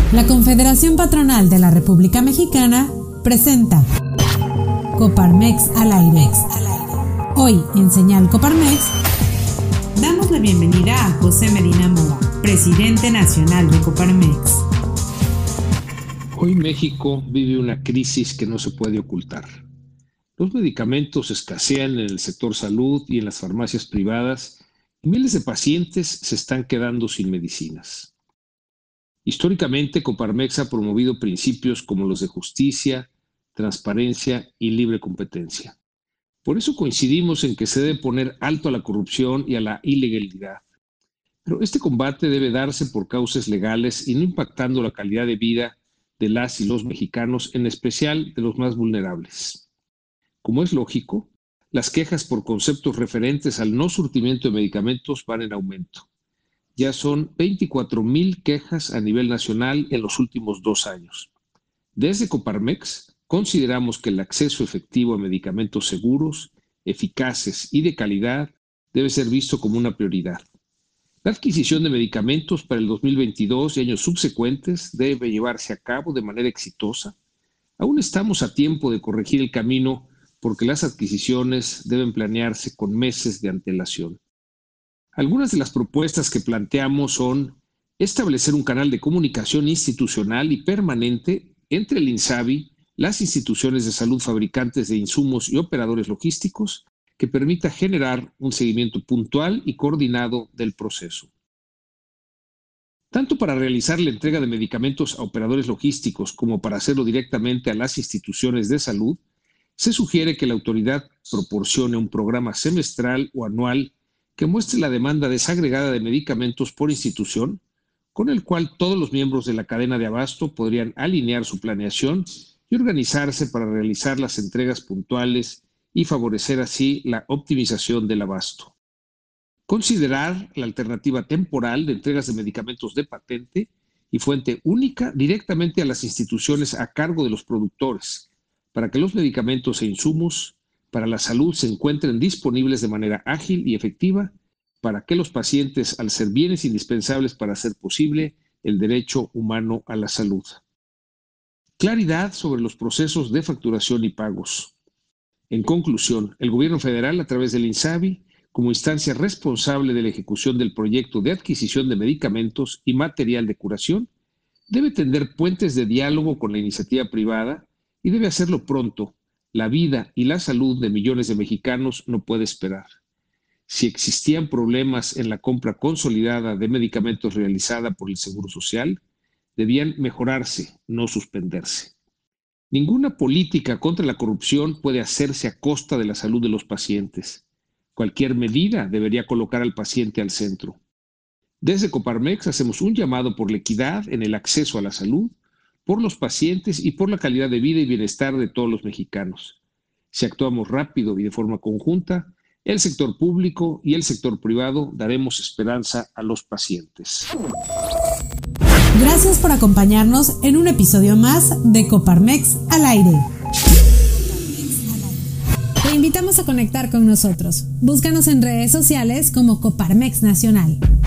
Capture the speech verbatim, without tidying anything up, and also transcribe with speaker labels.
Speaker 1: La Confederación Patronal de la República Mexicana presenta Coparmex al aire. Hoy en Señal Coparmex damos la bienvenida a José Medina Mora, presidente nacional de Coparmex.
Speaker 2: Hoy México vive una crisis que no se puede ocultar. Los medicamentos escasean en el sector salud y en las farmacias privadas y miles de pacientes se están quedando sin medicinas. Históricamente, Coparmex ha promovido principios como los de justicia, transparencia y libre competencia. Por eso coincidimos en que se debe poner alto a la corrupción y a la ilegalidad. Pero este combate debe darse por causas legales y no impactando la calidad de vida de las y los mexicanos, en especial de los más vulnerables. Como es lógico, las quejas por conceptos referentes al no surtimiento de medicamentos van en aumento. Ya son veinticuatro mil quejas a nivel nacional en los últimos dos años. Desde Coparmex consideramos que el acceso efectivo a medicamentos seguros, eficaces y de calidad debe ser visto como una prioridad. La adquisición de medicamentos para el dos mil veintidós y años subsecuentes debe llevarse a cabo de manera exitosa. Aún estamos a tiempo de corregir el camino porque las adquisiciones deben planearse con meses de antelación. Algunas de las propuestas que planteamos son establecer un canal de comunicación institucional y permanente entre el INSABI, las instituciones de salud fabricantes de insumos y operadores logísticos que permita generar un seguimiento puntual y coordinado del proceso. Tanto para realizar la entrega de medicamentos a operadores logísticos como para hacerlo directamente a las instituciones de salud, se sugiere que la autoridad proporcione un programa semestral o anual que muestre la demanda desagregada de medicamentos por institución, con el cual todos los miembros de la cadena de abasto podrían alinear su planeación y organizarse para realizar las entregas puntuales y favorecer así la optimización del abasto. Considerar la alternativa temporal de entregas de medicamentos de patente y fuente única directamente a las instituciones a cargo de los productores, para que los medicamentos e insumos para la salud se encuentren disponibles de manera ágil y efectiva para que los pacientes, al ser bienes indispensables para hacer posible el derecho humano a la salud. Claridad sobre los procesos de facturación y pagos. En conclusión, el gobierno federal, a través del INSABI, como instancia responsable de la ejecución del proyecto de adquisición de medicamentos y material de curación, debe tender puentes de diálogo con la iniciativa privada y debe hacerlo pronto. La vida y la salud de millones de mexicanos no puede esperar. Si existían problemas en la compra consolidada de medicamentos realizada por el Seguro Social, debían mejorarse, no suspenderse. Ninguna política contra la corrupción puede hacerse a costa de la salud de los pacientes. Cualquier medida debería colocar al paciente al centro. Desde Coparmex hacemos un llamado por la equidad en el acceso a la salud, por los pacientes y por la calidad de vida y bienestar de todos los mexicanos. Si actuamos rápido y de forma conjunta, el sector público y el sector privado daremos esperanza a los pacientes.
Speaker 1: Gracias por acompañarnos en un episodio más de Coparmex al aire. Te invitamos a conectar con nosotros. Búscanos en redes sociales como Coparmex Nacional.